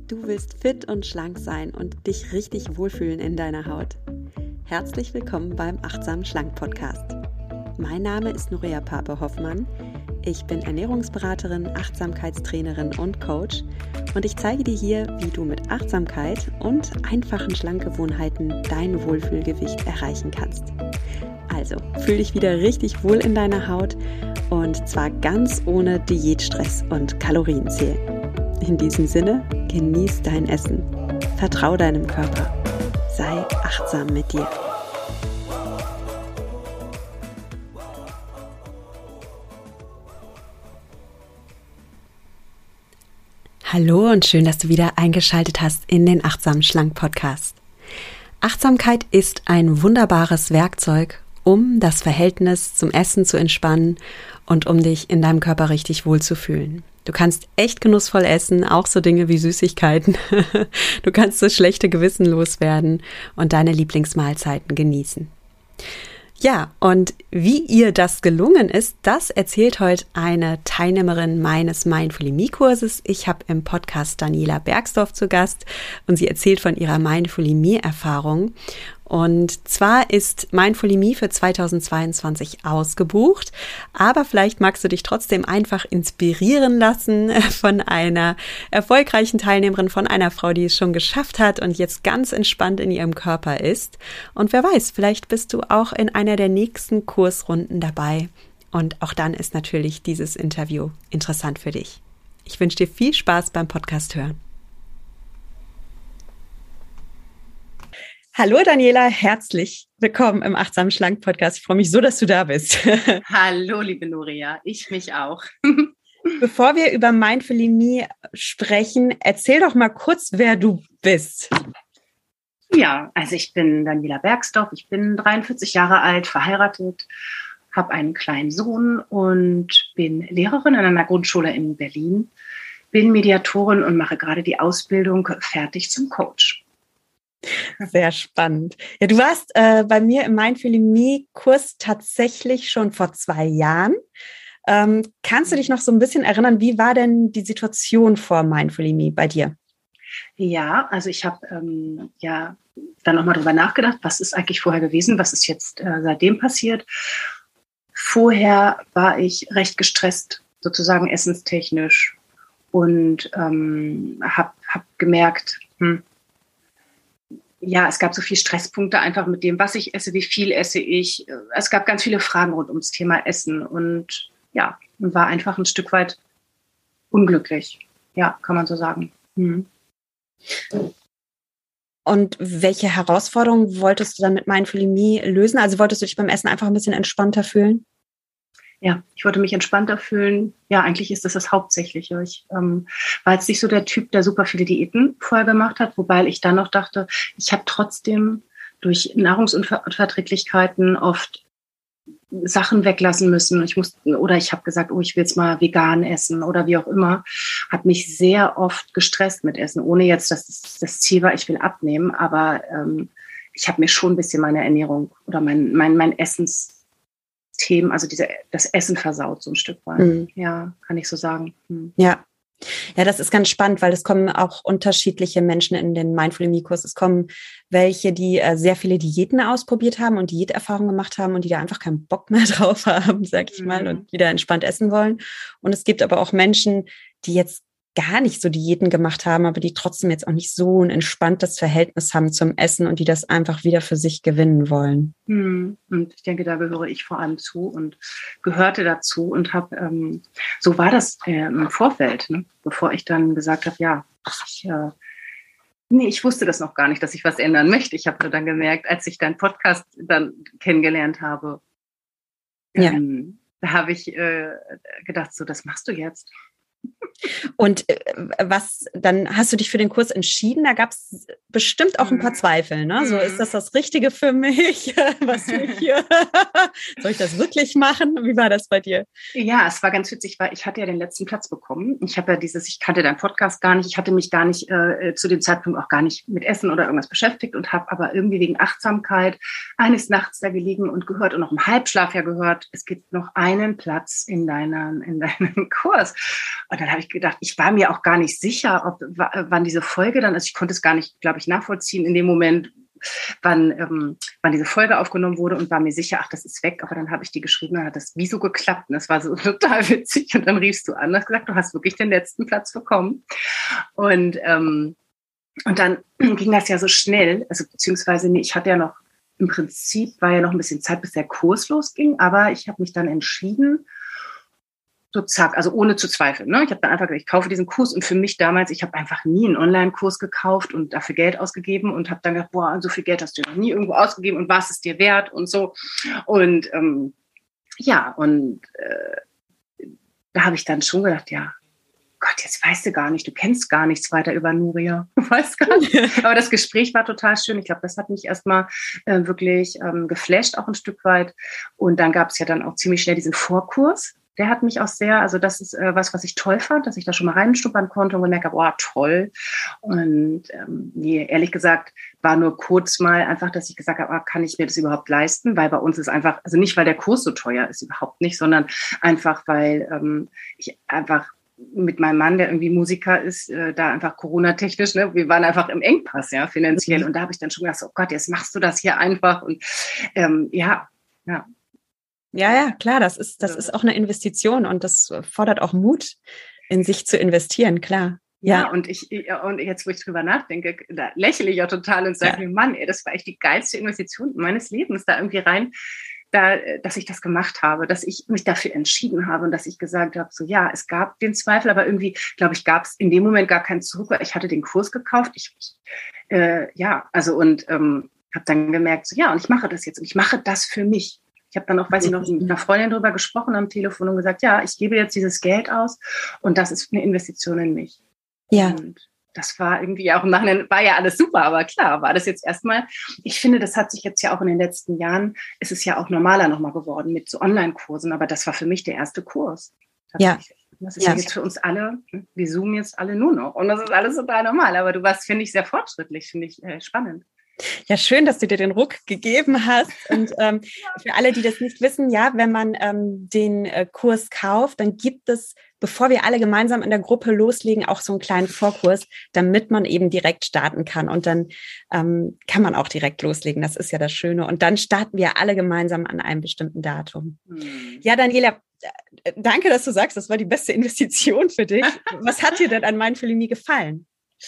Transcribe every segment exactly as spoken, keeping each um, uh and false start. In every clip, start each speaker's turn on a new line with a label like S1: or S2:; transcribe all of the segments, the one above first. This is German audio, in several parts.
S1: Du willst fit und schlank sein und dich richtig wohlfühlen in deiner Haut. Herzlich willkommen beim Achtsam Schlank Podcast. Mein Name ist Nuria Pape-Hoffmann. Ich bin Ernährungsberaterin, Achtsamkeitstrainerin und Coach und ich zeige dir hier, wie du mit Achtsamkeit und einfachen Schlankgewohnheiten dein Wohlfühlgewicht erreichen kannst. Also, fühl dich wieder richtig wohl in deiner Haut und zwar ganz ohne Diätstress und Kalorienzählen. In diesem Sinne, genieß dein Essen, vertrau deinem Körper, sei achtsam mit dir. Hallo und schön, dass du wieder eingeschaltet hast in den Achtsam Schlank Podcast. Achtsamkeit ist ein wunderbares Werkzeug, um das Verhältnis zum Essen zu entspannen und um dich in deinem Körper richtig wohlzufühlen. Du kannst echt genussvoll essen, auch so Dinge wie Süßigkeiten. Du kannst das schlechte Gewissen loswerden und deine Lieblingsmahlzeiten genießen. Ja, und wie ihr das gelungen ist, das erzählt heute eine Teilnehmerin meines Mindfully Me-Kurses. Ich habe im Podcast Daniela Bergsdorf zu Gast und sie erzählt von ihrer Mindfully Me-Erfahrung. Und zwar ist Mindfully Me für zweitausendzweiundzwanzig ausgebucht, aber vielleicht magst du dich trotzdem einfach inspirieren lassen von einer erfolgreichen Teilnehmerin, von einer Frau, die es schon geschafft hat und jetzt ganz entspannt in ihrem Körper ist. Und wer weiß, vielleicht bist du auch in einer der nächsten Kursrunden dabei. Und auch dann ist natürlich dieses Interview interessant für dich. Ich wünsche dir viel Spaß beim Podcast hören. Hallo Daniela, herzlich willkommen im Achtsam Schlank Podcast. Ich freue mich so, dass du da bist.
S2: Hallo liebe Nuria, ich mich auch.
S1: Bevor wir über Mindfully Me sprechen, erzähl doch mal kurz, wer du bist.
S2: Ja, also ich bin Daniela Bergsdorf, ich bin dreiundvierzig Jahre alt, verheiratet, habe einen kleinen Sohn und bin Lehrerin an einer Grundschule in Berlin, bin Mediatorin und mache gerade die Ausbildung fertig zum Coach.
S1: Sehr spannend. Ja, du warst äh, bei mir im Mindfully Me-Kurs tatsächlich schon vor zwei Jahren. Ähm, kannst du dich noch so ein bisschen erinnern, wie war denn die Situation vor Mindfully Me bei dir?
S2: Ja, also ich habe ähm, ja dann nochmal drüber nachgedacht, was ist eigentlich vorher gewesen, was ist jetzt äh, seitdem passiert. Vorher war ich recht gestresst, sozusagen essenstechnisch und ähm, habe hab gemerkt, hm, ja, es gab so viele Stresspunkte einfach mit dem, was ich esse, wie viel esse ich. Es gab ganz viele Fragen rund ums Thema Essen und ja, war einfach ein Stück weit unglücklich. Ja, kann man so sagen. Hm.
S1: Und welche Herausforderungen wolltest du dann mit Mindfully Me lösen? Also wolltest du dich beim Essen einfach ein bisschen entspannter fühlen?
S2: Ja, ich wollte mich entspannter fühlen. Ja, eigentlich ist das das Hauptsächliche. Ich ähm, war jetzt nicht so der Typ, der super viele Diäten vorher gemacht hat, wobei ich dann noch dachte, ich habe trotzdem durch Nahrungsunverträglichkeiten oft Sachen weglassen müssen. Ich musste, oder ich habe gesagt, oh, ich will jetzt mal vegan essen oder wie auch immer. Habe mich sehr oft gestresst mit Essen, ohne jetzt, dass das, das Ziel war, ich will abnehmen. Aber ähm, ich habe mir schon ein bisschen meine Ernährung oder mein, mein, mein Essens Themen, also diese, das Essen versaut so ein Stück weit. Mhm. Ja, kann ich so sagen. Mhm.
S1: Ja. Ja, das ist ganz spannend, weil es kommen auch unterschiedliche Menschen in den Mindfully Me-Kurs. Es kommen welche, die äh, sehr viele Diäten ausprobiert haben und Diäterfahrungen gemacht haben und die da einfach keinen Bock mehr drauf haben, sag ich mhm. mal, und wieder entspannt essen wollen. Und es gibt aber auch Menschen, die jetzt gar nicht so Diäten gemacht haben, aber die trotzdem jetzt auch nicht so ein entspanntes Verhältnis haben zum Essen und die das einfach wieder für sich gewinnen wollen.
S2: Hm. Und ich denke, da gehöre ich vor allem zu und gehörte dazu und habe, ähm, so war das äh, im Vorfeld, ne? Bevor ich dann gesagt habe, ja, ich, äh, nee, ich wusste das noch gar nicht, dass ich was ändern möchte. Ich habe nur dann gemerkt, als ich deinen Podcast dann kennengelernt habe, ähm, ja. da habe ich äh, gedacht, so, das machst du jetzt.
S1: Und äh, was, dann hast du dich für den Kurs entschieden, da gab es bestimmt auch ein paar Zweifel, ne? So, ist das das Richtige für mich? Was tue ich hier? Soll ich das wirklich machen? Wie war das bei dir?
S2: Ja, es war ganz witzig, weil ich hatte ja den letzten Platz bekommen. Ich habe ja dieses, ich kannte deinen Podcast gar nicht, ich hatte mich gar nicht äh, zu dem Zeitpunkt auch gar nicht mit Essen oder irgendwas beschäftigt und habe aber irgendwie wegen Achtsamkeit eines Nachts da gelegen und gehört und auch im Halbschlaf ja gehört, es gibt noch einen Platz in deinem, in deinem Kurs. Und dann habe ich gedacht, ich war mir auch gar nicht sicher, ob w- wann diese Folge dann, also ich konnte es gar nicht, glaube ich, nachvollziehen in dem Moment, wann, ähm, wann diese Folge aufgenommen wurde und war mir sicher, ach, das ist weg. Aber dann habe ich die geschrieben, dann hat das wie so geklappt. Und das war so total witzig. Und dann riefst du an und hast gesagt, du hast wirklich den letzten Platz bekommen. Und, ähm, und dann ging das ja so schnell, also beziehungsweise nee, ich hatte ja noch, im Prinzip war ja noch ein bisschen Zeit, bis der Kurs losging, aber ich habe mich dann entschieden, so zack, also ohne zu zweifeln. Ne? Ich habe dann einfach gesagt, ich kaufe diesen Kurs und für mich damals, ich habe einfach nie einen Online-Kurs gekauft und dafür Geld ausgegeben und habe dann gedacht, boah, so viel Geld hast du noch nie irgendwo ausgegeben und was ist dir wert und so. Und ähm, ja, und äh, da habe ich dann schon gedacht, ja, Gott, jetzt weißt du gar nicht, du kennst gar nichts weiter über Nuria. Du weißt gar nicht. Aber das Gespräch war total schön. Ich glaube, das hat mich erstmal äh, wirklich ähm, geflasht, auch ein Stück weit. Und dann gab es ja dann auch ziemlich schnell diesen Vorkurs. Der hat mich auch sehr, also das ist äh, was, was ich toll fand, dass ich da schon mal reinstuppern konnte und gemerkt habe, oh, toll. Und ähm, nee, ehrlich gesagt, war nur kurz mal einfach, dass ich gesagt habe, ah, kann ich mir das überhaupt leisten? Weil bei uns ist einfach, also nicht, weil der Kurs so teuer ist, überhaupt nicht, sondern einfach, weil ähm, ich einfach mit meinem Mann, der irgendwie Musiker ist, äh, da einfach Corona-technisch, ne, wir waren einfach im Engpass, ja, finanziell. Mhm. Und da habe ich dann schon gedacht, oh Gott, jetzt machst du das hier einfach. Und ähm, ja, ja.
S1: Ja, ja, klar, das ist, das ist auch eine Investition und das fordert auch Mut, in sich zu investieren, klar.
S2: Ja, ja. und ich, und jetzt, wo ich drüber nachdenke, da lächle ich ja total und sage, ja. Mann, ey, das war echt die geilste Investition meines Lebens, da irgendwie rein, da, dass ich das gemacht habe, dass ich mich dafür entschieden habe und dass ich gesagt habe, so ja, es gab den Zweifel, aber irgendwie, glaube ich, gab es in dem Moment gar keinen Zurück, weil ich hatte den Kurs gekauft. Ich, äh, ja, also und ähm, habe dann gemerkt, so ja, und ich mache das jetzt und ich mache das für mich. Ich habe dann auch, weiß ich noch, mit einer Freundin drüber gesprochen am Telefon und gesagt, ja, ich gebe jetzt dieses Geld aus und das ist eine Investition in mich.
S1: Ja.
S2: Und das war irgendwie auch im Nachhinein, war ja alles super, aber klar, war das jetzt erstmal, ich finde, das hat sich jetzt ja auch in den letzten Jahren, ist es ja auch normaler nochmal geworden mit so Online-Kursen, aber das war für mich der erste Kurs.
S1: Ja.
S2: Das ist ja. ja jetzt für uns alle, wir zoomen jetzt alle nur noch und das ist alles total normal, aber du warst, finde ich, sehr fortschrittlich, finde ich äh, spannend.
S1: Ja, schön, dass du dir den Ruck gegeben hast. Und ähm, für alle, die das nicht wissen, ja, wenn man ähm, den äh, Kurs kauft, dann gibt es, bevor wir alle gemeinsam in der Gruppe loslegen, auch so einen kleinen Vorkurs, damit man eben direkt starten kann. Und dann ähm, kann man auch direkt loslegen. Das ist ja das Schöne. Und dann starten wir alle gemeinsam an einem bestimmten Datum. Hm. Ja, Daniela, danke, dass du sagst, das war die beste Investition für dich. Was hat dir denn an Mindfully gefallen?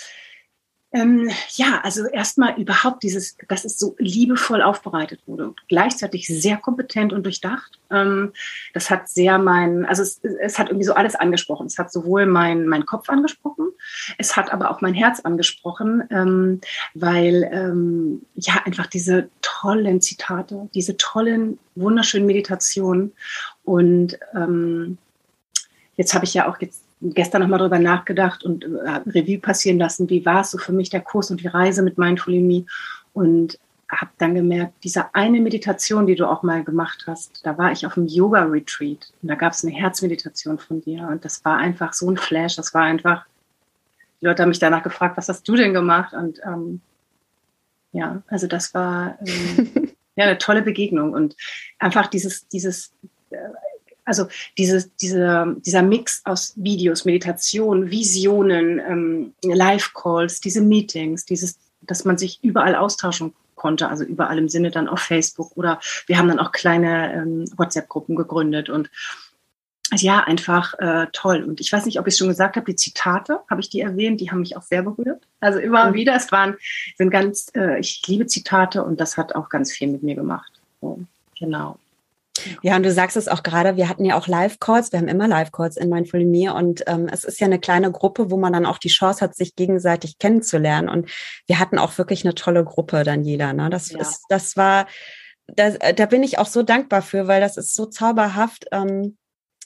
S2: Ähm, ja, also erstmal überhaupt dieses, dass es so liebevoll aufbereitet wurde und gleichzeitig sehr kompetent und durchdacht. Ähm, das hat sehr mein, also es, es hat irgendwie so alles angesprochen. Es hat sowohl mein, mein Kopf angesprochen, es hat aber auch mein Herz angesprochen, ähm, weil ähm, ja einfach diese tollen Zitate, diese tollen, wunderschönen Meditationen und ähm, jetzt habe ich ja auch jetzt gestern nochmal drüber nachgedacht und äh, Revue passieren lassen, wie war es so für mich, der Kurs und die Reise mit Mindfully und habe dann gemerkt, diese eine Meditation, die du auch mal gemacht hast, da war ich auf einem Yoga-Retreat und da gab es eine Herzmeditation von dir und das war einfach so ein Flash, das war einfach, die Leute haben mich danach gefragt, was hast du denn gemacht und ähm, ja, also das war ähm, ja eine tolle Begegnung und einfach dieses, dieses äh, Also diese, diese, dieser Mix aus Videos, Meditation, Visionen, ähm, Live-Calls, diese Meetings, dieses, dass man sich überall austauschen konnte, also überall im Sinne dann auf Facebook oder wir haben dann auch kleine ähm, WhatsApp-Gruppen gegründet und ja, einfach äh, toll. Und ich weiß nicht, ob ich es schon gesagt habe, die Zitate, habe ich die erwähnt, die haben mich auch sehr berührt. Also immer mhm. wieder, es waren, sind ganz, äh, ich liebe Zitate und das hat auch ganz viel mit mir gemacht. So, genau.
S1: Ja, und du sagst es auch gerade, wir hatten ja auch Live-Calls, wir haben immer Live-Calls in Mindfully und ähm, es ist ja eine kleine Gruppe, wo man dann auch die Chance hat, sich gegenseitig kennenzulernen und wir hatten auch wirklich eine tolle Gruppe, Daniela, ne? Das ja. ist, das war, das, da bin ich auch so dankbar für, weil das ist so zauberhaft. Ähm,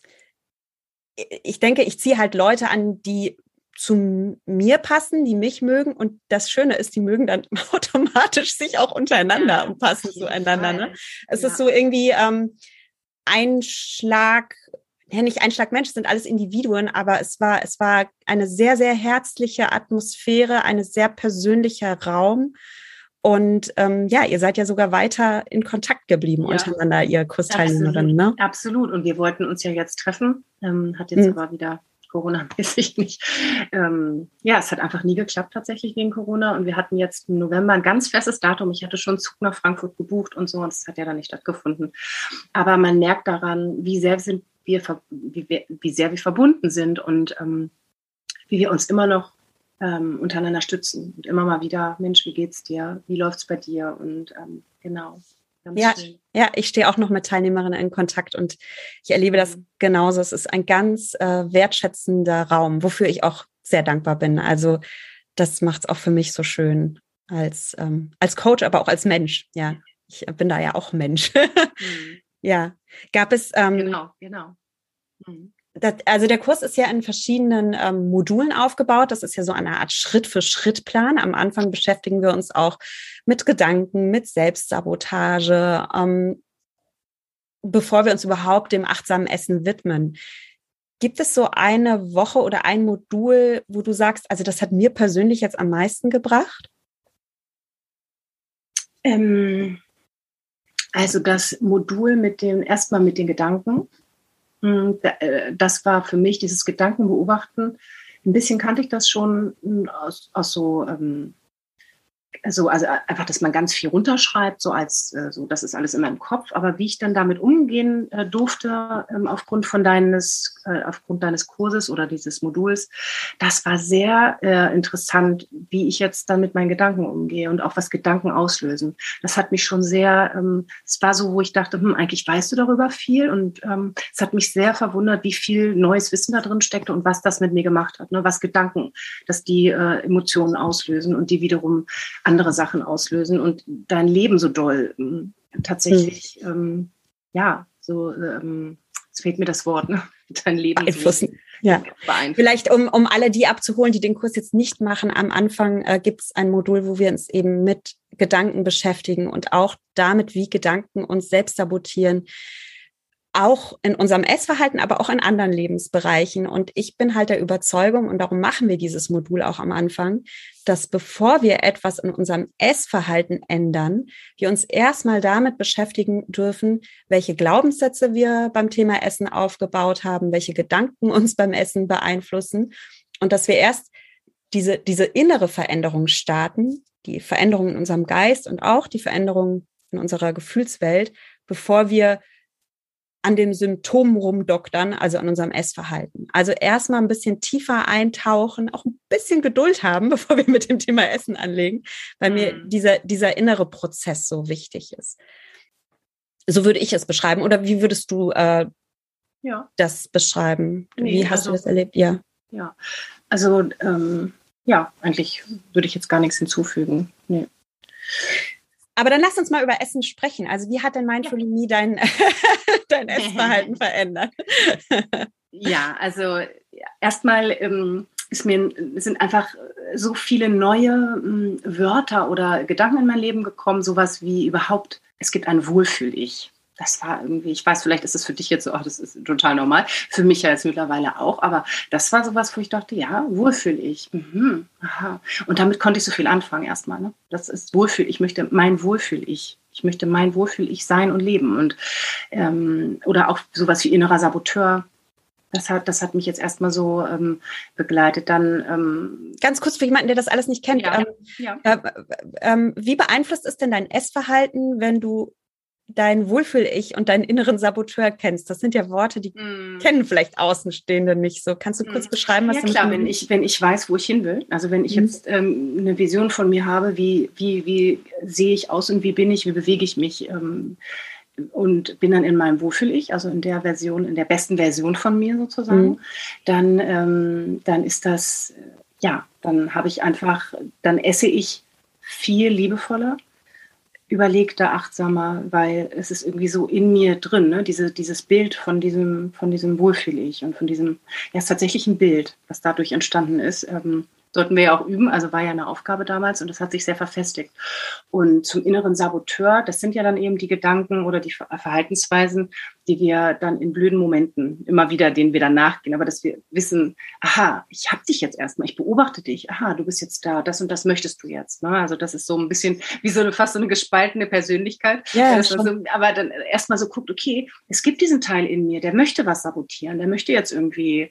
S1: ich denke, ich ziehe halt Leute an, die zu mir passen, die mich mögen und das Schöne ist, die mögen dann automatisch sich auch untereinander ja, und passen zueinander. Ne? Es ja. ist so irgendwie ähm, ein Schlag, ja nicht ein Schlag Mensch, es sind alles Individuen, aber es war es war eine sehr, sehr herzliche Atmosphäre, ein sehr persönlicher Raum und ähm, ja, ihr seid ja sogar weiter in Kontakt geblieben ja. untereinander, ihr Kursteilnehmerinnen.
S2: Absolut.
S1: Ne?
S2: Absolut und wir wollten uns ja jetzt treffen, ähm, hat jetzt hm. aber wieder Corona-mäßig nicht. Ähm, ja, es hat einfach nie geklappt tatsächlich wegen Corona und wir hatten jetzt im November ein ganz festes Datum. Ich hatte schon einen Zug nach Frankfurt gebucht und so und es hat ja dann nicht stattgefunden. Aber man merkt daran, wie sehr sind wir, wie, wie sehr wir verbunden sind und ähm, wie wir uns immer noch ähm, untereinander stützen und immer mal wieder, Mensch, wie geht's dir? Wie läuft's bei dir? Und ähm, genau.
S1: Ja, ja, ich stehe auch noch mit Teilnehmerinnen in Kontakt und ich erlebe das genauso. Es ist ein ganz äh, wertschätzender Raum, wofür ich auch sehr dankbar bin. Also das macht es auch für mich so schön als, ähm, als Coach, aber auch als Mensch. Ja, ich bin da ja auch Mensch. Mhm. Ja, gab es... Ähm,
S2: genau, genau. Mhm.
S1: Das, also der Kurs ist ja in verschiedenen ähm, Modulen aufgebaut. Das ist ja so eine Art Schritt-für-Schritt-Plan. Am Anfang beschäftigen wir uns auch mit Gedanken, mit Selbstsabotage, ähm, bevor wir uns überhaupt dem achtsamen Essen widmen. Gibt es so eine Woche oder ein Modul, wo du sagst, also das hat mir persönlich jetzt am meisten gebracht?
S2: Ähm, also das Modul mit den, erstmal mit den Gedanken. Das war für mich dieses Gedankenbeobachten. Ein bisschen kannte ich das schon aus, aus so, ähm, so, also einfach, dass man ganz viel runterschreibt, so als, äh, so, das ist alles in meinem Kopf. Aber wie ich dann damit umgehen äh, durfte, ähm, aufgrund von deines, äh, aufgrund deines Kurses oder dieses Moduls, das war sehr äh, interessant, wie ich jetzt dann mit meinen Gedanken umgehe und auch was Gedanken auslösen. Das hat mich schon sehr, ähm, es war so, wo ich dachte, hm, eigentlich weißt du darüber viel und ähm, es hat mich sehr verwundert, wie viel neues Wissen da drin steckte und was das mit mir gemacht hat, ne? Was Gedanken, dass die äh, Emotionen auslösen und die wiederum andere Sachen auslösen und dein Leben so doll ähm, tatsächlich, mhm. ähm, ja, so, ähm, es fehlt mir das Wort, ne? Dein Leben
S1: beeinflussen. So ja. beeinflussen. Vielleicht, um, um alle die abzuholen, die den Kurs jetzt nicht machen, am Anfang äh, gibt es ein Modul, wo wir uns eben mit Gedanken beschäftigen und auch damit, wie Gedanken uns selbst sabotieren, auch in unserem Essverhalten, aber auch in anderen Lebensbereichen. Und ich bin halt der Überzeugung, und darum machen wir dieses Modul auch am Anfang, dass bevor wir etwas in unserem Essverhalten ändern, wir uns erstmal damit beschäftigen dürfen, welche Glaubenssätze wir beim Thema Essen aufgebaut haben, welche Gedanken uns beim Essen beeinflussen und dass wir erst diese, diese innere Veränderung starten, die Veränderung in unserem Geist und auch die Veränderung in unserer Gefühlswelt, bevor wir an den Symptomen rumdoktern, also an unserem Essverhalten. Also erstmal ein bisschen tiefer eintauchen, auch ein bisschen Geduld haben, bevor wir mit dem Thema Essen anlegen, weil mm. mir dieser, dieser innere Prozess so wichtig ist. So würde ich es beschreiben. Oder wie würdest du äh, ja. das beschreiben? Nee, wie hast also, du das erlebt? Ja,
S2: ja. also ähm, ja, eigentlich würde ich jetzt gar nichts hinzufügen. Nee.
S1: Aber dann lass uns mal über Essen sprechen. Also wie hat denn Mindful Me dein, dein Essverhalten verändert?
S2: Ja, also erstmal ähm, ist mir, sind einfach so viele neue ähm, Wörter oder Gedanken in mein Leben gekommen, sowas wie überhaupt, es gibt ein Wohlfühl-Ich. Das war irgendwie, ich weiß, vielleicht ist es für dich jetzt so, ach, das ist total normal, für mich ja jetzt mittlerweile auch, aber das war sowas, wo ich dachte, ja, Wohlfühl-Ich. Mhm, aha. Und damit konnte ich so viel anfangen erstmal. Ne? Das ist Wohlfühl, ich möchte mein Wohlfühl-Ich. Ich möchte mein Wohlfühl-Ich sein und leben. Und ähm, oder auch sowas wie innerer Saboteur. Das hat, das hat mich jetzt erstmal so ähm, begleitet. Dann ähm,
S1: ganz kurz für jemanden, der das alles nicht kennt. Ja, ähm, ja. Äh, äh, wie beeinflusst ist denn dein Essverhalten, wenn du dein Wohlfühl-Ich und deinen inneren Saboteur kennst? Das sind ja Worte, die mm. kennen vielleicht Außenstehende nicht so. Kannst du kurz mm. beschreiben, was
S2: ja,
S1: du
S2: klar, wenn ich, wenn ich weiß, wo ich hin will, also wenn ich mm. jetzt ähm, eine Vision von mir habe, wie, wie, wie sehe ich aus und wie bin ich, wie bewege ich mich ähm, und bin dann in meinem Wohlfühl-Ich, also in der Version, in der besten Version von mir sozusagen, mm. dann, ähm, dann ist das, ja, dann habe ich einfach, dann esse ich viel liebevoller, überlegter, achtsamer, weil es ist irgendwie so in mir drin, ne? Diese, dieses Bild von diesem, von diesem Wohlfühl-Ich und von diesem, ja, es ist tatsächlich ein Bild, was dadurch entstanden ist. Ähm, sollten wir ja auch üben, also war ja eine Aufgabe damals und das hat sich sehr verfestigt. Und zum inneren Saboteur, das sind ja dann eben die Gedanken oder die Verhaltensweisen, die wir dann in blöden Momenten immer wieder, denen wir dann nachgehen, aber dass wir wissen, aha, ich hab dich jetzt erstmal, ich beobachte dich, aha, du bist jetzt da, das und das möchtest du jetzt. Ne? Also das ist so ein bisschen wie so eine, fast so eine gespaltene Persönlichkeit.
S1: Ja,
S2: dass man so, aber dann erstmal so guckt, okay, es gibt diesen Teil in mir, der möchte was sabotieren, der möchte jetzt irgendwie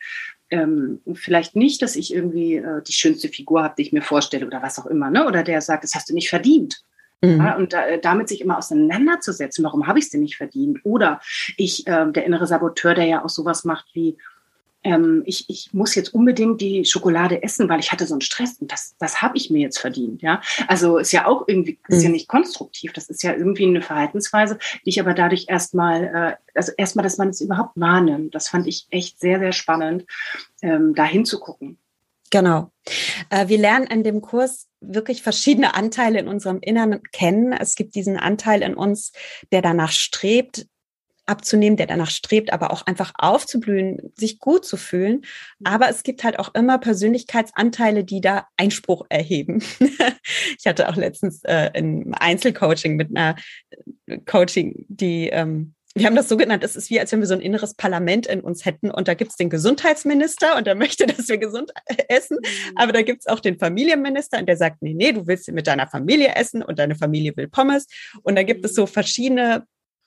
S2: ähm, vielleicht nicht, dass ich irgendwie äh, die schönste Figur habe, die ich mir vorstelle oder was auch immer, ne? Oder der sagt, das hast du nicht verdient. Mhm. Ja, und da, damit sich immer auseinanderzusetzen, warum habe ich es denn nicht verdient? Oder ich, äh, der innere Saboteur, der ja auch sowas macht wie, ähm, ich, ich muss jetzt unbedingt die Schokolade essen, weil ich hatte so einen Stress und das, das habe ich mir jetzt verdient. Ja? Also ist ja auch irgendwie, ist ja nicht konstruktiv, das ist ja irgendwie eine Verhaltensweise, die ich aber dadurch erstmal, äh, also erstmal, dass man es überhaupt wahrnimmt, das fand ich echt sehr, sehr spannend, ähm, da hinzugucken.
S1: Genau. Äh, wir lernen in dem Kurs wirklich verschiedene Anteile in unserem Inneren kennen. Es gibt diesen Anteil in uns, der danach strebt, abzunehmen, der danach strebt, aber auch einfach aufzublühen, sich gut zu fühlen. Aber es gibt halt auch immer Persönlichkeitsanteile, die da Einspruch erheben. Ich hatte auch letztens äh, ein Einzelcoaching mit einer Coaching, die ähm, wir haben das so genannt, es ist wie, als wenn wir so ein inneres Parlament in uns hätten und da gibt es den Gesundheitsminister und der möchte, dass wir gesund essen, aber da gibt es auch den Familienminister und der sagt, nee, nee, du willst mit deiner Familie essen und deine Familie will Pommes und da gibt es so verschiedene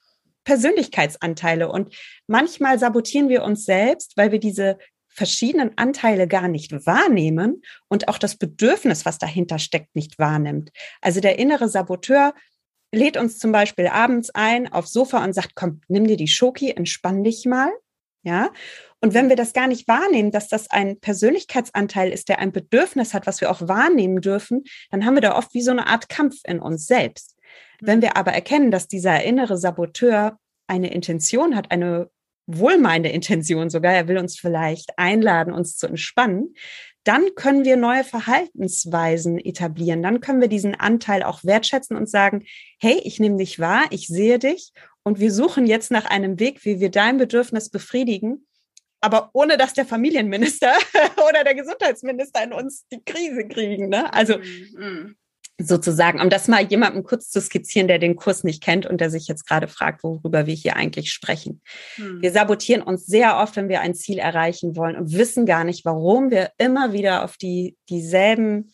S1: Persönlichkeitsanteile und manchmal sabotieren wir uns selbst, weil wir diese verschiedenen Anteile gar nicht wahrnehmen und auch das Bedürfnis, was dahinter steckt, nicht wahrnimmt. Also der innere Saboteur lädt uns zum Beispiel abends ein aufs Sofa und sagt, komm, nimm dir die Schoki, entspann dich mal, ja. Und wenn wir das gar nicht wahrnehmen, dass das ein Persönlichkeitsanteil ist, der ein Bedürfnis hat, was wir auch wahrnehmen dürfen, dann haben wir da oft wie so eine Art Kampf in uns selbst. Mhm. Wenn wir aber erkennen, dass dieser innere Saboteur eine Intention hat, eine wohlmeinende Intention sogar, er will uns vielleicht einladen, uns zu entspannen, dann können wir neue Verhaltensweisen etablieren. Dann können wir diesen Anteil auch wertschätzen und sagen, hey, ich nehme dich wahr, ich sehe dich und wir suchen jetzt nach einem Weg, wie wir dein Bedürfnis befriedigen, aber ohne dass der Familienminister oder der Gesundheitsminister in uns die Krise kriegen. Ne? Also mm-hmm. sozusagen, um das mal jemandem kurz zu skizzieren, der den Kurs nicht kennt und der sich jetzt gerade fragt, worüber wir hier eigentlich sprechen. Hm. Wir sabotieren uns sehr oft, wenn wir ein Ziel erreichen wollen und wissen gar nicht, warum wir immer wieder auf die dieselben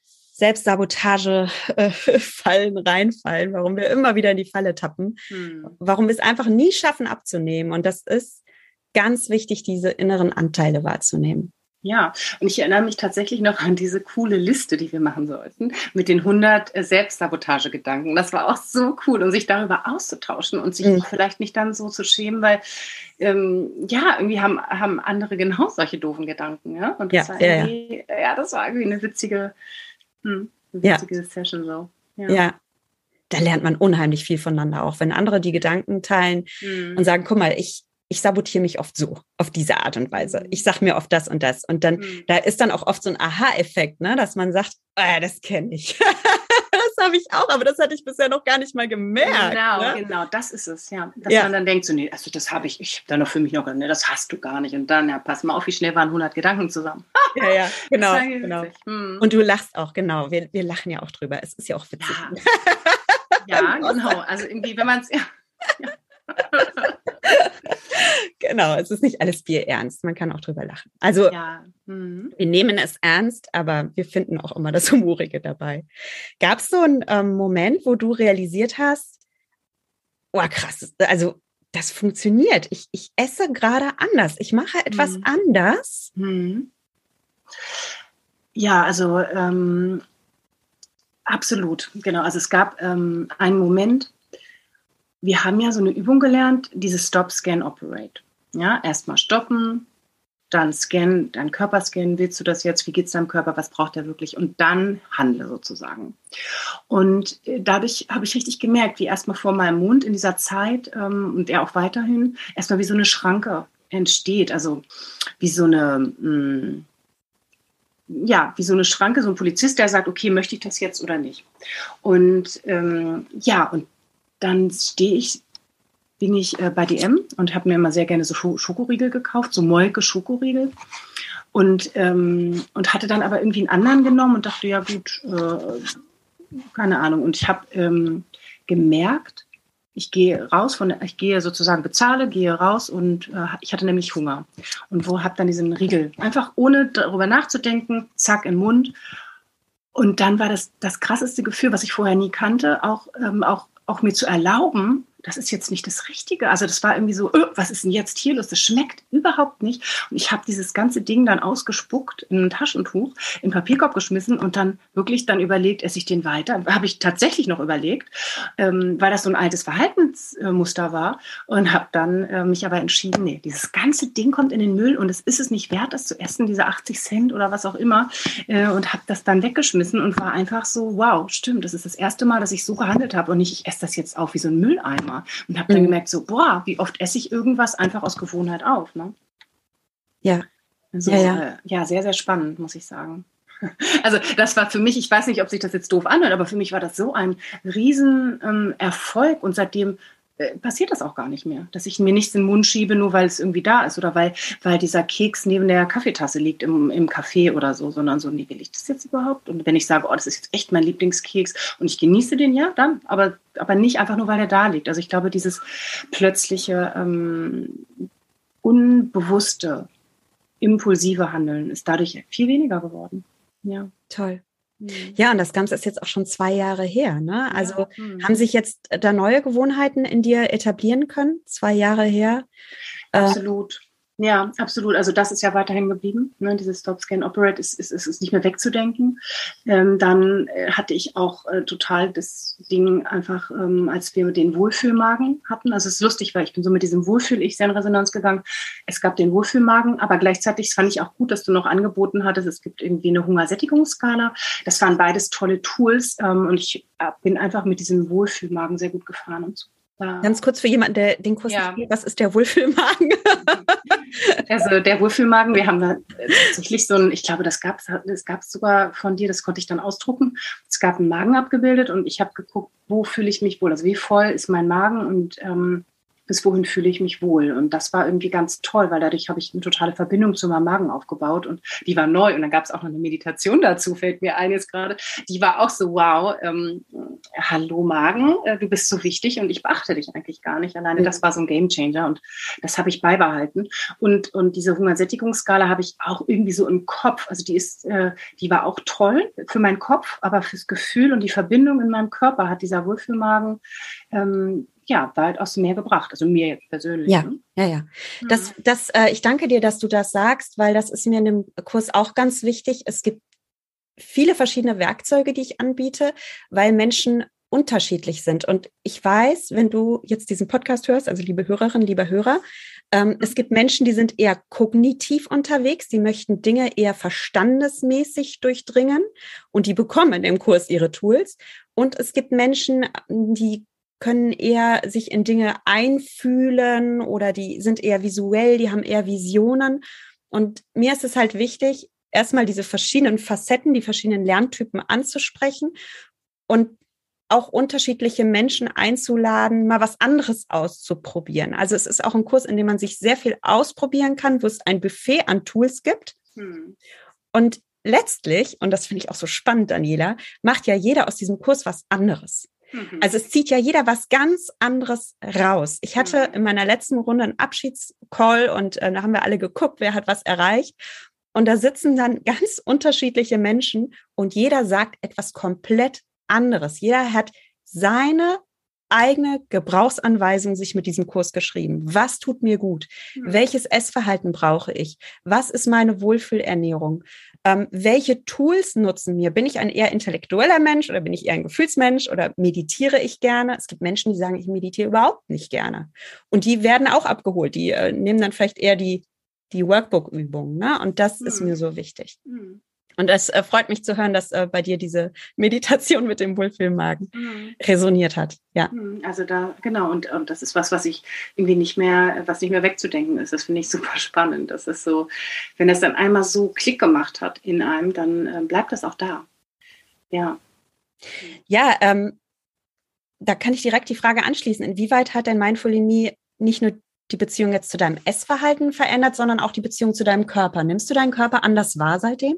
S1: Selbstsabotage-Fallen reinfallen, warum wir immer wieder in die Falle tappen, hm. warum wir es einfach nie schaffen abzunehmen. Und das ist ganz wichtig, diese inneren Anteile wahrzunehmen.
S2: Ja, und ich erinnere mich tatsächlich noch an diese coole Liste, die wir machen sollten, mit den hundert Selbstsabotagegedanken. Das war auch so cool, um sich darüber auszutauschen und sich mhm. vielleicht nicht dann so zu schämen, weil ähm, ja, irgendwie haben, haben andere genau solche doofen Gedanken. Ja, und das, ja, war, irgendwie, ja. Ja, das war irgendwie eine witzige, hm, eine witzige ja. Session so.
S1: Ja. ja, da lernt man unheimlich viel voneinander, auch wenn andere die Gedanken teilen mhm. und sagen, guck mal, ich Ich sabotiere mich oft so, auf diese Art und Weise. Ich sage mir oft das und das. Und dann, mhm. da ist dann auch oft so ein Aha-Effekt, ne, dass man sagt, ah, das kenne ich. Das habe ich auch, aber das hatte ich bisher noch gar nicht mal gemerkt.
S2: Genau,
S1: ne?
S2: genau, das ist es, ja. Dass
S1: ja.
S2: man dann denkt, so, nee, also das habe ich, ich habe da noch für mich noch, ne, das hast du gar nicht. Und dann, ja, pass mal auf, wie schnell waren hundert Gedanken zusammen.
S1: Ja, ja, genau. genau. Hm. Und du lachst auch, genau. Wir, wir lachen ja auch drüber. Es ist ja auch witzig.
S2: Ja, ja genau. Also irgendwie, wenn man es, ja. ja.
S1: Genau, es ist nicht alles bierernst, man kann auch drüber lachen. Also ja. mhm. wir nehmen es ernst, aber wir finden auch immer das Humorige dabei. Gab es so einen ähm, Moment, wo du realisiert hast, oh krass, also das funktioniert, ich, ich esse gerade anders, ich mache etwas mhm. anders?
S2: Mhm. Ja, also ähm, absolut, genau. Also es gab ähm, einen Moment, wir haben ja so eine Übung gelernt, dieses Stop, Scan, Operate. Ja, erstmal stoppen, dann scannen, deinen Körper scannen, willst du das jetzt, wie geht es deinem Körper, was braucht er wirklich und dann handle sozusagen. Und dadurch habe ich richtig gemerkt, wie erstmal vor meinem Mund in dieser Zeit ähm, und er auch weiterhin, erstmal wie so eine Schranke entsteht, also wie so eine, mh, ja, wie so eine Schranke, so ein Polizist, der sagt, okay, möchte ich das jetzt oder nicht? Und ähm, ja, und dann stehe ich, bin ich äh, bei D M und habe mir immer sehr gerne so Sch- Schokoriegel gekauft, so Molke Schokoriegel. Und, ähm, und hatte dann aber irgendwie einen anderen genommen und dachte, ja gut, äh, keine Ahnung. Und ich habe ähm, gemerkt, ich gehe raus, von der, ich gehe sozusagen, bezahle, gehe raus und äh, ich hatte nämlich Hunger. Und wo habe dann diesen Riegel, einfach ohne darüber nachzudenken, zack, in den Mund. Und dann war das das krasseste Gefühl, was ich vorher nie kannte, auch, ähm, auch auch mir zu erlauben, das ist jetzt nicht das Richtige. Also das war irgendwie so, öh, was ist denn jetzt hier los? Das schmeckt überhaupt nicht. Und ich habe dieses ganze Ding dann ausgespuckt in ein Taschentuch, in den Papierkorb geschmissen und dann wirklich dann überlegt, esse ich den weiter? Habe ich tatsächlich noch überlegt, ähm, weil das so ein altes Verhaltensmuster war und habe dann äh, mich aber entschieden, nee, dieses ganze Ding kommt in den Müll und es ist es nicht wert, das zu essen, diese achtzig Cent oder was auch immer, äh, und habe das dann weggeschmissen und war einfach so, wow, stimmt, das ist das erste Mal, dass ich so gehandelt habe und nicht, ich esse das jetzt auf wie so ein Mülleimer. Und habe dann
S1: Mhm.
S2: gemerkt, so, boah, wie oft esse ich irgendwas einfach aus Gewohnheit auf. Ne?
S1: Ja.
S2: Also,
S1: Ja, ja.
S2: Äh, ja, sehr, sehr spannend, muss ich sagen. Also das war für mich, ich weiß nicht, ob sich das jetzt doof anhört, aber für mich war das so ein riesen ähm, Erfolg und seitdem äh, passiert das auch gar nicht mehr, dass ich mir nichts in den Mund schiebe, nur weil es irgendwie da ist oder weil, weil dieser Keks neben der Kaffeetasse liegt im, im Café oder so, sondern so, nee, will ich das jetzt überhaupt? Und wenn ich sage, oh, das ist jetzt echt mein Lieblingskeks und ich genieße den, ja, dann, aber, aber nicht einfach nur, weil er da liegt. Also ich glaube, dieses plötzliche, ähm, unbewusste, impulsive Handeln ist dadurch viel weniger geworden. Ja.
S1: Toll. Ja, und das Ganze ist jetzt auch schon zwei Jahre her, ne? Also
S2: Ja. Hm.
S1: haben sich jetzt da neue Gewohnheiten in dir etablieren können? Zwei Jahre her?
S2: Absolut. Ja, absolut. Also das ist ja weiterhin geblieben. Ne? Dieses Stop, Scan, Operate ist, ist, ist nicht mehr wegzudenken. Ähm, dann äh, hatte ich auch äh, total das Ding einfach, ähm, als wir den Wohlfühlmagen hatten. Also es ist lustig, weil ich bin so mit diesem Wohlfühl-Ich sehr in Resonanz gegangen. Es gab den Wohlfühlmagen, aber gleichzeitig fand ich auch gut, dass du noch angeboten hattest, es gibt irgendwie eine Hungersättigungsskala. Das waren beides tolle Tools ähm, und ich äh, bin einfach mit diesem Wohlfühlmagen sehr gut gefahren und so.
S1: Ganz kurz für jemanden, der den Kurs
S2: Ja.
S1: nicht kennt, was ist der Wohlfühlmagen?
S2: Also der Wohlfühlmagen, wir haben da tatsächlich so ein, ich glaube, das gab es das gab's sogar von dir, das konnte ich dann ausdrucken. Es gab einen Magen abgebildet und ich habe geguckt, wo fühle ich mich wohl, also wie voll ist mein Magen und ähm, bis wohin fühle ich mich wohl. Und das war irgendwie ganz toll, weil dadurch habe ich eine totale Verbindung zu meinem Magen aufgebaut und die war neu. Und dann gab es auch noch eine Meditation dazu, fällt mir ein jetzt gerade. Die war auch so, wow, ähm, hallo Magen, äh, du bist so wichtig und ich beachte dich eigentlich gar nicht. Alleine das war so ein Gamechanger und das habe ich beibehalten. Und, und diese Hungersättigungsskala habe ich auch irgendwie so im Kopf. Also die ist, äh, die war auch toll für meinen Kopf, aber fürs Gefühl und die Verbindung in meinem Körper hat dieser Wohlfühlmagen ähm, ja, weitaus mehr gebracht, also mir jetzt persönlich.
S1: Ja,
S2: ne?
S1: ja, ja. Das, das, äh, ich danke dir, dass du das sagst, weil das ist mir in dem Kurs auch ganz wichtig. Es gibt viele verschiedene Werkzeuge, die ich anbiete, weil Menschen unterschiedlich sind. Und ich weiß, wenn du jetzt diesen Podcast hörst, also liebe Hörerinnen, liebe Hörer, ähm, es gibt Menschen, die sind eher kognitiv unterwegs, die möchten Dinge eher verstandesmäßig durchdringen und die bekommen in dem Kurs ihre Tools. Und es gibt Menschen, die können eher sich in Dinge einfühlen oder die sind eher visuell, die haben eher Visionen. Und mir ist es halt wichtig, erstmal diese verschiedenen Facetten, die verschiedenen Lerntypen anzusprechen und auch unterschiedliche Menschen einzuladen, mal was anderes auszuprobieren. Also es ist auch ein Kurs, in dem man sich sehr viel ausprobieren kann, wo es ein Buffet an Tools gibt. Hm. Und letztlich, und das finde ich auch so spannend, Daniela, macht ja jeder aus diesem Kurs was anderes. Also es zieht ja jeder was ganz anderes raus. Ich hatte in meiner letzten Runde einen Abschiedscall und äh, da haben wir alle geguckt, wer hat was erreicht. Und da sitzen dann ganz unterschiedliche Menschen und jeder sagt etwas komplett anderes. Jeder hat seine eigene Gebrauchsanweisung sich mit diesem Kurs geschrieben. Was tut mir gut? Mhm. Welches Essverhalten brauche ich? Was ist meine Wohlfühlernährung? Ähm, welche Tools nutzen mir? Bin ich ein eher intellektueller Mensch oder bin ich eher ein Gefühlsmensch oder meditiere ich gerne? Es gibt Menschen, die sagen, ich meditiere überhaupt nicht gerne. Und die werden auch abgeholt. Die äh, nehmen dann vielleicht eher die, die Workbook-Übungen. Ne? Und das mhm. ist mir so wichtig. Mhm. Und es äh, freut mich zu hören, dass äh, bei dir diese Meditation mit dem Wohlfühlmagen mhm. resoniert hat. Ja.
S2: Also da, genau, und, und das ist was, was ich irgendwie nicht mehr, was nicht mehr wegzudenken ist. Das finde ich super spannend. Das ist so, wenn das dann einmal so Klick gemacht hat in einem, dann äh, bleibt das auch da. Ja.
S1: Ja, ähm, da kann ich direkt die Frage anschließen. Inwieweit hat denn Mindfully nicht nur die Beziehung jetzt zu deinem Essverhalten verändert, sondern auch die Beziehung zu deinem Körper? Nimmst du deinen Körper anders wahr seitdem?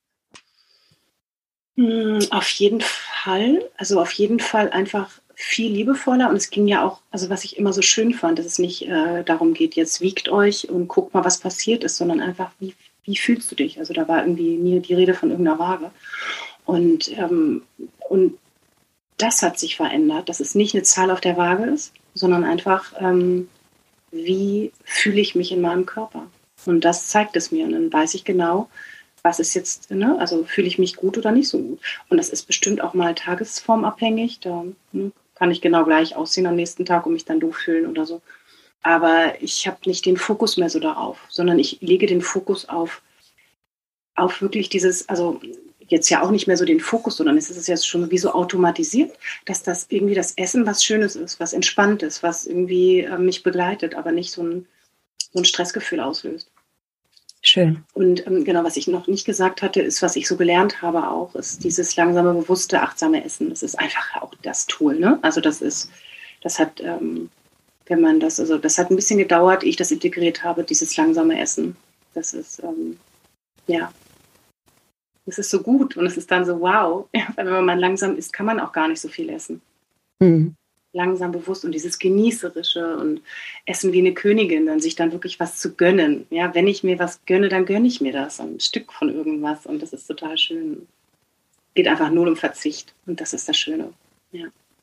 S2: Auf jeden Fall, also auf jeden Fall einfach viel liebevoller und es ging ja auch, also was ich immer so schön fand, dass es nicht äh, darum geht, jetzt wiegt euch und guckt mal, was passiert ist, sondern einfach, wie, wie fühlst du dich? Also da war irgendwie nie die Rede von irgendeiner Waage und, ähm, und das hat sich verändert, dass es nicht eine Zahl auf der Waage ist, sondern einfach, ähm, wie fühle ich mich in meinem Körper? Und das zeigt es mir. Und dann weiß ich genau, was ist jetzt, ne? Also fühle ich mich gut oder nicht so gut. Und das ist bestimmt auch mal tagesformabhängig. Da ne, kann ich genau gleich aussehen am nächsten Tag und mich dann doof fühlen oder so. Aber ich habe nicht den Fokus mehr so darauf, sondern ich lege den Fokus auf, auf wirklich dieses, also jetzt ja auch nicht mehr so den Fokus, sondern es ist jetzt schon wie so automatisiert, dass das irgendwie das Essen was Schönes ist, was entspannt ist, was irgendwie äh, mich begleitet, aber nicht so ein, so ein Stressgefühl auslöst.
S1: Schön.
S2: Und ähm, genau, was ich noch nicht gesagt hatte, ist, was ich so gelernt habe auch, ist dieses langsame, bewusste, achtsame Essen. Das ist einfach auch das Tool, ne? Also das ist, das hat, ähm, wenn man das, also das hat ein bisschen gedauert, ehe ich das integriert habe, dieses langsame Essen. Das ist, ähm, ja, das ist so gut und es ist dann so, wow, ja, weil wenn man langsam isst, kann man auch gar nicht so viel essen.
S1: Mhm.
S2: Langsam, bewusst und dieses Genießerische und Essen wie eine Königin, dann sich dann wirklich was zu gönnen. Ja, wenn ich mir was gönne, dann gönne ich mir das, ein Stück von irgendwas und das ist total schön. Geht einfach nur um Verzicht und das ist das Schöne. Ja.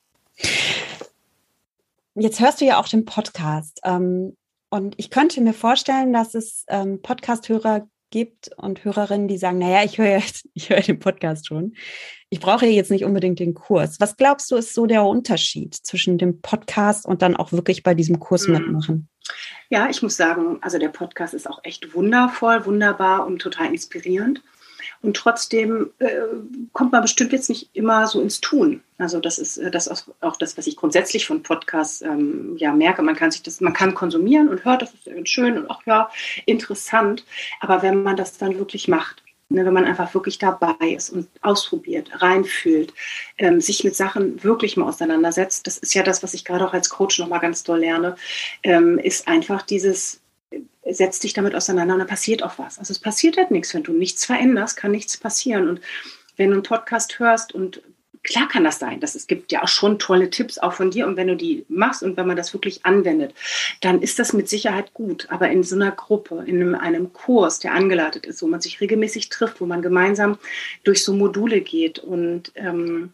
S1: Jetzt hörst du ja auch den Podcast ähm, und ich könnte mir vorstellen, dass es ähm, Podcast-Hörer gibt und Hörerinnen, die sagen, naja, ich höre jetzt, ich höre den Podcast schon. Ich brauche jetzt nicht unbedingt den Kurs. Was glaubst du, ist so der Unterschied zwischen dem Podcast und dann auch wirklich bei diesem Kurs mitmachen?
S2: Ja, ich muss sagen, also der Podcast ist auch echt wundervoll, wunderbar und total inspirierend. Und trotzdem äh, kommt man bestimmt jetzt nicht immer so ins Tun. Also das ist äh, das ist auch das, was ich grundsätzlich von Podcasts ähm, ja merke. Man kann sich das, man kann konsumieren und hört, das ist schön und auch ja interessant. Aber wenn man das dann wirklich macht, ne, wenn man einfach wirklich dabei ist und ausprobiert, reinfühlt, ähm, sich mit Sachen wirklich mal auseinandersetzt, das ist ja das, was ich gerade auch als Coach nochmal ganz doll lerne, ähm, ist einfach dieses setz dich damit auseinander und dann passiert auch was. Also es passiert halt nichts. Wenn du nichts veränderst, kann nichts passieren. Und wenn du einen Podcast hörst und klar kann das sein, dass es gibt ja auch schon tolle Tipps auch von dir und wenn du die machst und wenn man das wirklich anwendet, dann ist das mit Sicherheit gut. Aber in so einer Gruppe, in einem, einem Kurs, der angeleitet ist, wo man sich regelmäßig trifft, wo man gemeinsam durch so Module geht und ähm,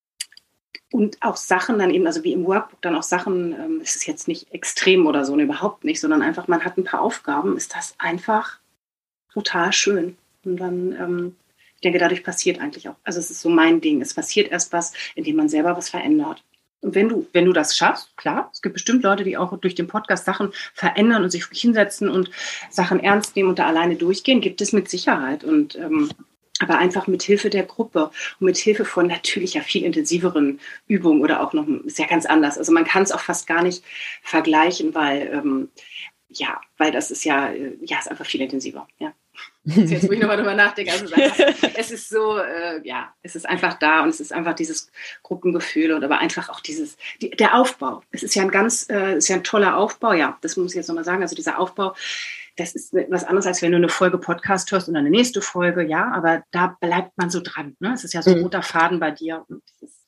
S2: Und auch Sachen dann eben, also wie im Workbook, dann auch Sachen, ähm, es ist jetzt nicht extrem oder so, ne, überhaupt nicht, sondern einfach, man hat ein paar Aufgaben, ist das einfach total schön. Und dann, ähm, ich denke, dadurch passiert eigentlich auch, also es ist so mein Ding, es passiert erst was, indem man selber was verändert. Und wenn du, wenn du das schaffst, klar, es gibt bestimmt Leute, die auch durch den Podcast Sachen verändern und sich wirklich hinsetzen und Sachen ernst nehmen und da alleine durchgehen, gibt es mit Sicherheit. Und ähm, aber einfach mit Hilfe der Gruppe und mit Hilfe von natürlich ja viel intensiveren Übungen oder auch noch, ist ja ganz anders. Also man kann es auch fast gar nicht vergleichen, weil, ähm, ja, weil das ist ja, ja, ist einfach viel intensiver, ja. Jetzt, wo ich nochmal drüber nachdenke, also es, ist einfach, es ist so, äh, ja, es ist einfach da und es ist einfach dieses Gruppengefühl und aber einfach auch dieses, die, der Aufbau. Es ist ja ein ganz, äh, ist ja ein toller Aufbau, ja, das muss ich jetzt nochmal sagen, also dieser Aufbau, das ist was anderes, als wenn du eine Folge Podcast hörst und eine nächste Folge, ja, aber da bleibt man so dran, ne? Es ist ja so ein roter Faden bei dir und das ist,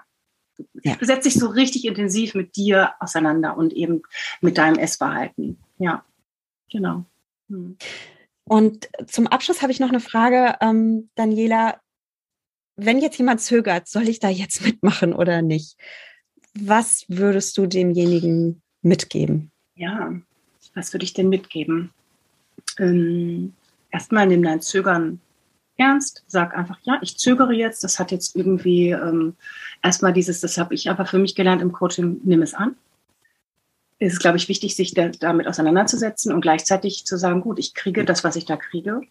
S2: ja. Du setzt dich so richtig intensiv mit dir auseinander und eben mit deinem Essverhalten, ja, genau. Hm.
S1: Und zum Abschluss habe ich noch eine Frage, ähm, Daniela. Wenn jetzt jemand zögert, soll ich da jetzt mitmachen oder nicht? Was würdest du demjenigen mitgeben?
S2: Ja, was würde ich denn mitgeben? Ähm, erstmal nimm dein Zögern ernst. Sag einfach, ja, ich zögere jetzt. Das hat jetzt irgendwie ähm, erstmal dieses, das habe ich einfach für mich gelernt im Coaching, nimm es an. Es ist, glaube ich, wichtig, sich da, damit auseinanderzusetzen und gleichzeitig zu sagen, gut, ich kriege das, was ich da kriege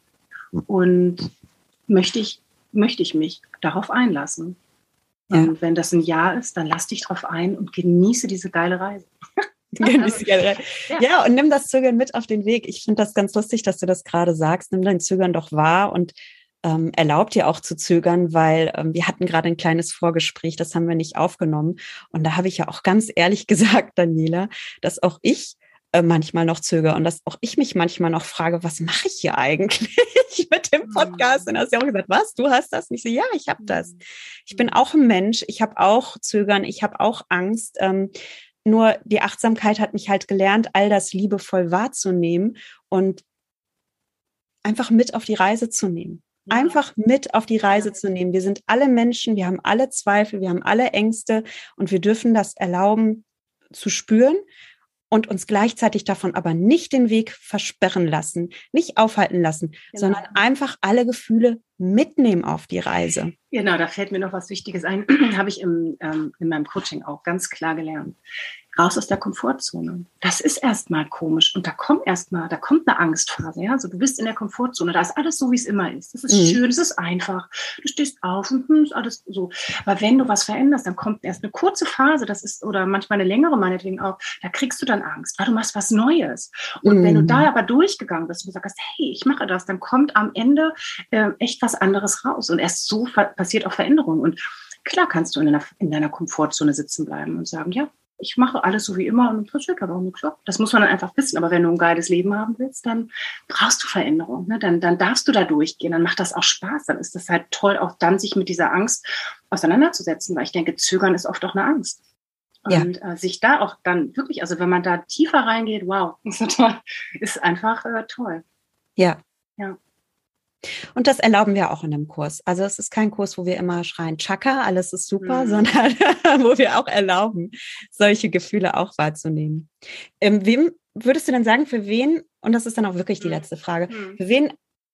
S2: und möchte ich, möchte ich mich darauf einlassen. Ja. Und wenn das ein Ja ist, dann lass dich drauf ein und genieße diese geile Reise.
S1: Genieße die geile Reise. Ja. Ja, und nimm das Zögern mit auf den Weg. Ich finde das ganz lustig, dass du das gerade sagst. Nimm dein Zögern doch wahr und Ähm, erlaubt dir auch zu zögern, weil ähm, wir hatten gerade ein kleines Vorgespräch, das haben wir nicht aufgenommen. Und da habe ich ja auch ganz ehrlich gesagt, Daniela, dass auch ich äh, manchmal noch zögere und dass auch ich mich manchmal noch frage, was mache ich hier eigentlich mit dem Podcast? Und da hast du ja auch gesagt, was, du hast das? Und ich so, ja, ich habe das. Ich bin auch ein Mensch, ich habe auch Zögern, ich habe auch Angst. Ähm, nur die Achtsamkeit hat mich halt gelernt, all das liebevoll wahrzunehmen und einfach mit auf die Reise zu nehmen. einfach mit auf die Reise zu nehmen. Wir sind alle Menschen, wir haben alle Zweifel, wir haben alle Ängste und wir dürfen das erlauben zu spüren und uns gleichzeitig davon aber nicht den Weg versperren lassen, nicht aufhalten lassen, genau. sondern einfach alle Gefühle mitnehmen auf die Reise.
S2: Genau, da fällt mir noch was Wichtiges ein, habe ich im, ähm, in meinem Coaching auch ganz klar gelernt. Raus aus der Komfortzone. Das ist erstmal komisch und da kommt erstmal, da kommt eine Angstphase. Ja? Also du bist in der Komfortzone, da ist alles so, wie es immer ist. Das ist mhm. schön, es ist einfach. Du stehst auf und hm, ist alles so. Aber wenn du was veränderst, dann kommt erst eine kurze Phase, das ist, oder manchmal eine längere meinetwegen auch, da kriegst du dann Angst, weil du machst was Neues. Und mhm. wenn du da aber durchgegangen bist und sagst, hey, ich mache das, dann kommt am Ende äh, echt was anderes raus. Und erst so ver- passiert auch Veränderung. Und klar kannst du in deiner, in deiner Komfortzone sitzen bleiben und sagen, ja, ich mache alles so wie immer und passiert aber auch nichts. Das muss man dann einfach wissen. Aber wenn du ein geiles Leben haben willst, dann brauchst du Veränderung. Ne? Dann, dann darfst du da durchgehen. Dann macht das auch Spaß. Dann ist das halt toll, auch dann sich mit dieser Angst auseinanderzusetzen. Weil ich denke, Zögern ist oft auch eine Angst. Und ja. äh, sich da auch dann wirklich, also wenn man da tiefer reingeht, wow, ist, so toll, ist einfach äh, toll.
S1: Ja.
S2: Ja.
S1: Und das erlauben wir auch in einem Kurs. Also es ist kein Kurs, wo wir immer schreien, Chaka, alles ist super, mhm. sondern wo wir auch erlauben, solche Gefühle auch wahrzunehmen. Ähm, wem würdest du denn sagen, für wen, und das ist dann auch wirklich die letzte Frage, mhm. für wen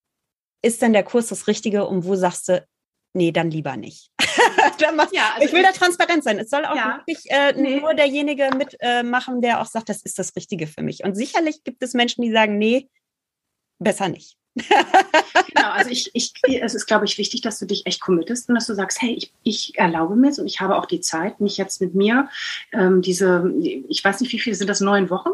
S1: ist denn der Kurs das Richtige und wo sagst du, nee, dann lieber nicht? mach, ja, also ich will ich, da transparent sein. Es soll auch ja, wirklich äh, nee. nur derjenige mitmachen, äh, der auch sagt, das ist das Richtige für mich. Und sicherlich gibt es Menschen, die sagen, nee, besser nicht.
S2: Genau, also ich, ich, es ist, glaube ich, wichtig, dass du dich echt committest und dass du sagst, hey, ich, ich erlaube mir es und ich habe auch die Zeit, mich jetzt mit mir ähm, diese, ich weiß nicht, wie viele sind das, neun Wochen?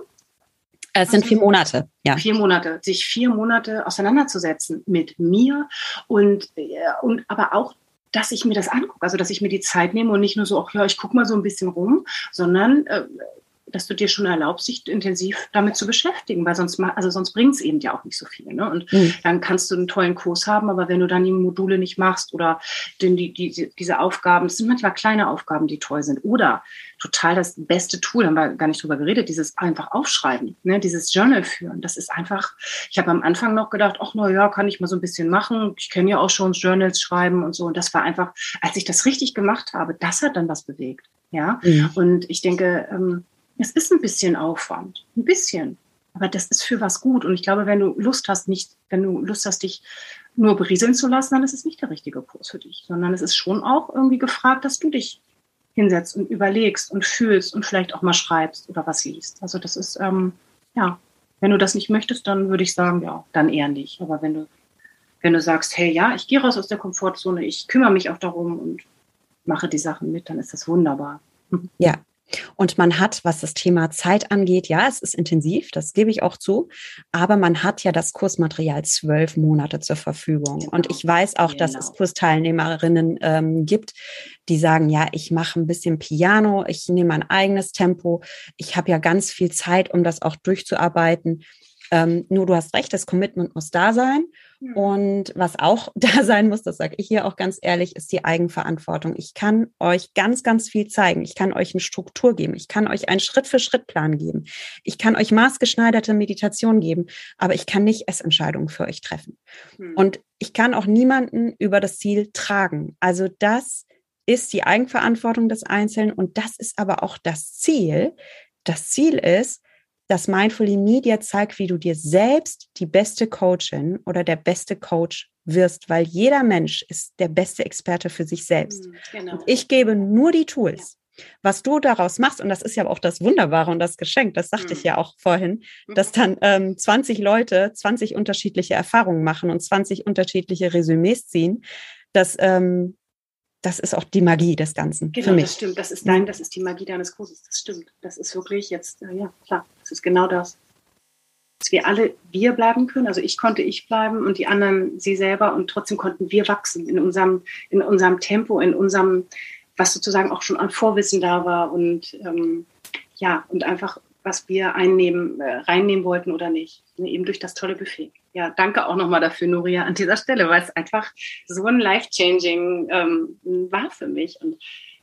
S1: Es sind vier Monate, ja.
S2: Vier Monate, sich vier Monate auseinanderzusetzen mit mir und, und aber auch, dass ich mir das angucke, also dass ich mir die Zeit nehme und nicht nur so, ach ja, ich gucke mal so ein bisschen rum, sondern äh, dass du dir schon erlaubst, dich intensiv damit zu beschäftigen, weil sonst, also sonst bringt es eben ja auch nicht so viel. Ne? Und mhm. dann kannst du einen tollen Kurs haben, aber wenn du dann die Module nicht machst oder den, die, die, diese Aufgaben, es sind manchmal kleine Aufgaben, die toll sind, oder total das beste Tool, haben wir gar nicht drüber geredet, dieses einfach aufschreiben, ne? Dieses Journal führen, das ist einfach, ich habe am Anfang noch gedacht, ach na ja, kann ich mal so ein bisschen machen, ich kenne ja auch schon Journals schreiben und so, und das war einfach, als ich das richtig gemacht habe, das hat dann was bewegt. Ja, mhm. Und ich denke, ähm, es ist ein bisschen Aufwand, ein bisschen, aber das ist für was gut. Und ich glaube, wenn du Lust hast, nicht, wenn du Lust hast, dich nur berieseln zu lassen, dann ist es nicht der richtige Kurs für dich, sondern es ist schon auch irgendwie gefragt, dass du dich hinsetzt und überlegst und fühlst und vielleicht auch mal schreibst oder was liest. Also das ist, ähm, ja, wenn du das nicht möchtest, dann würde ich sagen, ja, dann eher nicht. Aber wenn du, wenn du sagst, hey, ja, ich gehe raus aus der Komfortzone, ich kümmere mich auch darum und mache die Sachen mit, dann ist das wunderbar.
S1: Ja. Und man hat, was das Thema Zeit angeht, ja, es ist intensiv, das gebe ich auch zu, aber man hat ja das Kursmaterial zwölf Monate zur Verfügung. Genau. Und ich weiß auch, genau. dass es Kursteilnehmerinnen ähm, gibt, die sagen, ja, ich mache ein bisschen Piano, ich nehme mein eigenes Tempo, ich habe ja ganz viel Zeit, um das auch durchzuarbeiten. Ähm, nur du hast recht, das Commitment muss da sein. Mhm. Und was auch da sein muss, das sage ich hier auch ganz ehrlich, ist die Eigenverantwortung. Ich kann euch ganz, ganz viel zeigen. Ich kann euch eine Struktur geben. Ich kann euch einen Schritt-für-Schritt-Plan geben. Ich kann euch maßgeschneiderte Meditation geben, aber ich kann nicht Essentscheidungen für euch treffen. Mhm. Und ich kann auch niemanden über das Ziel tragen. Also das ist die Eigenverantwortung des Einzelnen und das ist aber auch das Ziel. Das Ziel ist, dass Mindfully Media zeigt, wie du dir selbst die beste Coachin oder der beste Coach wirst, weil jeder Mensch ist der beste Experte für sich selbst. Genau. Und ich gebe nur die Tools. Ja. Was du daraus machst, und das ist ja auch das Wunderbare und das Geschenk, das sagte mhm. ich ja auch vorhin, dass dann ähm, zwanzig Leute zwanzig unterschiedliche Erfahrungen machen und zwanzig unterschiedliche Resümees ziehen, dass ähm, das ist auch die Magie des Ganzen.
S2: Genau,
S1: für mich.
S2: Das stimmt. Das ist dein, das ist die Magie deines Kurses. Das stimmt. Das ist wirklich jetzt, äh, ja, klar. Das ist genau das. Dass wir alle wir bleiben können. Also ich konnte ich bleiben und die anderen sie selber und trotzdem konnten wir wachsen in unserem, in unserem Tempo, in unserem, was sozusagen auch schon an Vorwissen da war und, ähm, ja, und einfach, was wir einnehmen, äh, reinnehmen wollten oder nicht. Eben durch das tolle Buffet. Ja, danke auch nochmal dafür, Nuria, an dieser Stelle, weil es einfach so ein life-changing ähm, war für mich. Und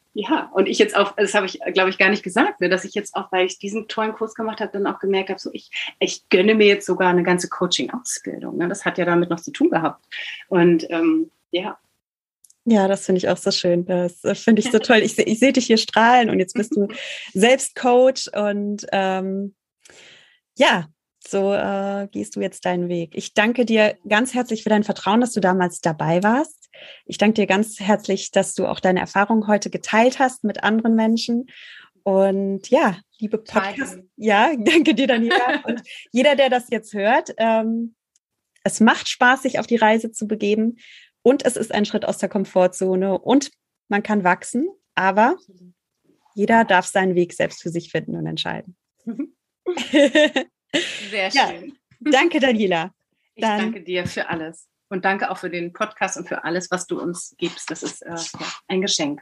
S2: Ja, und ich jetzt auch, das habe ich, glaube ich, gar nicht gesagt, ne, dass ich jetzt auch, weil ich diesen tollen Kurs gemacht habe, dann auch gemerkt habe, so ich, ich gönne mir jetzt sogar eine ganze Coaching-Ausbildung. Ne? Das hat ja damit noch zu tun gehabt. Und ähm, ja.
S1: Ja, das finde ich auch so schön. Das finde ich so toll. Ich, ich sehe dich hier strahlen und jetzt bist du selbst Coach und ähm, ja, so äh, gehst du jetzt deinen Weg. Ich danke dir ganz herzlich für dein Vertrauen, dass du damals dabei warst. Ich danke dir ganz herzlich, dass du auch deine Erfahrungen heute geteilt hast mit anderen Menschen. Und ja, liebe Podcast, ja, danke dir, Daniela. Und jeder, der das jetzt hört, ähm, es macht Spaß, sich auf die Reise zu begeben. Und es ist ein Schritt aus der Komfortzone und man kann wachsen, aber jeder darf seinen Weg selbst für sich finden und entscheiden.
S2: Sehr schön. Ja,
S1: danke, Daniela.
S2: Ich Dann, danke dir für alles. Und danke auch für den Podcast und für alles, was du uns gibst. Das ist äh, ja, ein Geschenk.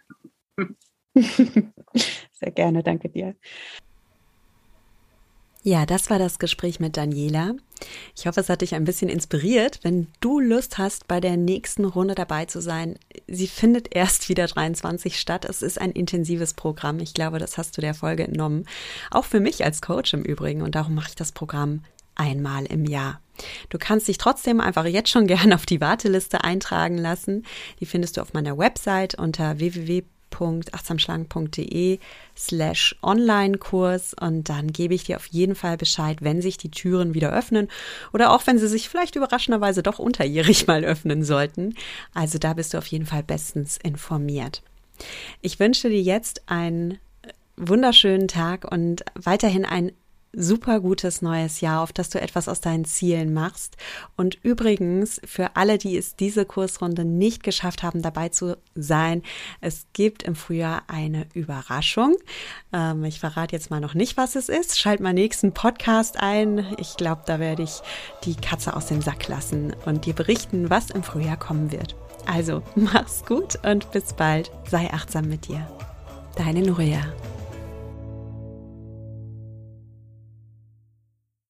S1: Sehr gerne, danke dir. Ja, das war das Gespräch mit Daniela. Ich hoffe, es hat dich ein bisschen inspiriert. Wenn du Lust hast, bei der nächsten Runde dabei zu sein, sie findet erst wieder dreiundzwanzig statt. Es ist ein intensives Programm. Ich glaube, das hast du der Folge entnommen. Auch für mich als Coach im Übrigen. Und darum mache ich das Programm einmal im Jahr. Du kannst dich trotzdem einfach jetzt schon gerne auf die Warteliste eintragen lassen. Die findest du auf meiner Website unter w w w punkt achtsamschlank punkt de slash Online-Kurs und dann gebe ich dir auf jeden Fall Bescheid, wenn sich die Türen wieder öffnen oder auch wenn sie sich vielleicht überraschenderweise doch unterjährig mal öffnen sollten. Also da bist du auf jeden Fall bestens informiert. Ich wünsche dir jetzt einen wunderschönen Tag und weiterhin ein super gutes neues Jahr, auf das du etwas aus deinen Zielen machst. Und übrigens, für alle, die es diese Kursrunde nicht geschafft haben, dabei zu sein, es gibt im Frühjahr eine Überraschung. Ähm, ich verrate jetzt mal noch nicht, was es ist. Schalt mal nächsten Podcast ein. Ich glaube, da werde ich die Katze aus dem Sack lassen und dir berichten, was im Frühjahr kommen wird. Also, mach's gut und bis bald. Sei achtsam mit dir. Deine Nuria.